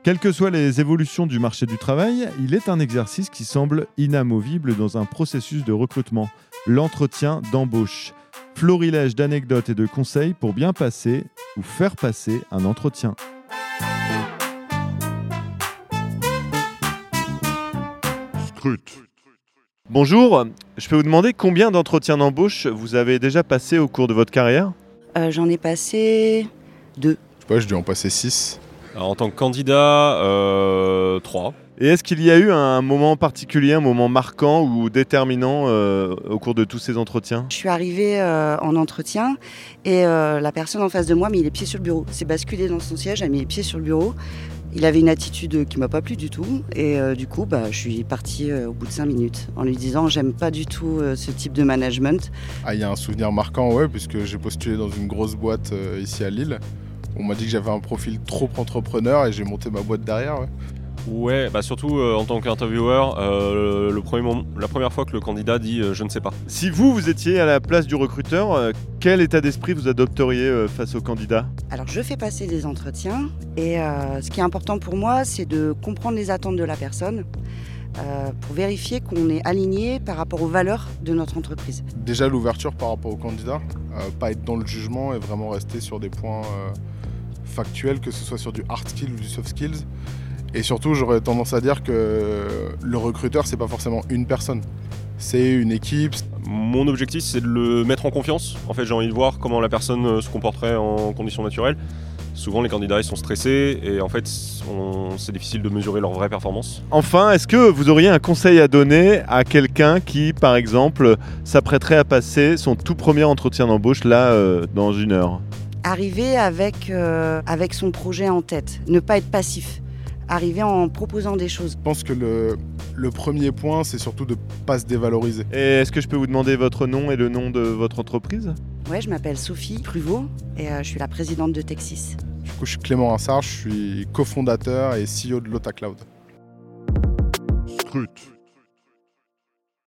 Quelles que soient les évolutions du marché du travail, il est un exercice qui semble inamovible dans un processus de recrutement, l'entretien d'embauche. Florilège d'anecdotes et de conseils pour bien passer ou faire passer un entretien. Scrute. Bonjour, je peux vous demander combien d'entretiens d'embauche vous avez déjà passé au cours de votre carrière ? J'en ai passé 2. Je sais pas, je dû en passer 6. Alors, en tant que candidat, 3. Et est-ce qu'il y a eu un moment particulier, un moment marquant ou déterminant au cours de tous ces entretiens ? Je suis arrivée en entretien et la personne en face de moi a mis les pieds sur le bureau. S'est basculé dans son siège, a mis les pieds sur le bureau. Il avait une attitude qui m'a pas plu du tout et du coup je suis partie au bout de 5 minutes en lui disant j'aime pas du tout ce type de management. Ah, il y a un souvenir marquant, ouais, puisque j'ai postulé dans une grosse boîte ici à Lille. On m'a dit que j'avais un profil trop entrepreneur et j'ai monté ma boîte derrière. Ouais. Ouais, surtout en tant qu'intervieweur, la première fois que le candidat dit je ne sais pas. Si vous étiez à la place du recruteur, quel état d'esprit vous adopteriez face au candidat ? Alors je fais passer des entretiens et ce qui est important pour moi c'est de comprendre les attentes de la personne pour vérifier qu'on est aligné par rapport aux valeurs de notre entreprise. Déjà l'ouverture par rapport au candidat, pas être dans le jugement et vraiment rester sur des points factuels, que ce soit sur du hard skill ou du soft skills. Et surtout, j'aurais tendance à dire que le recruteur, c'est pas forcément une personne, c'est une équipe. Mon objectif, c'est de le mettre en confiance. En fait, j'ai envie de voir comment la personne se comporterait en conditions naturelles. Souvent, les candidats, ils sont stressés et en fait, c'est difficile de mesurer leur vraie performance. Enfin, est-ce que vous auriez un conseil à donner à quelqu'un qui, par exemple, s'apprêterait à passer son tout premier entretien d'embauche là, dans 1 heure ? Arriver avec son projet en tête, ne pas être passif. Arriver en proposant des choses. Je pense que le premier point, c'est surtout de ne pas se dévaloriser. Et est-ce que je peux vous demander votre nom et le nom de votre entreprise ? Ouais, je m'appelle Sophie Pruvot et je suis la présidente de Texis. Du coup, je suis Clément Rinsard, je suis cofondateur et CEO de Lota Cloud. Scrute.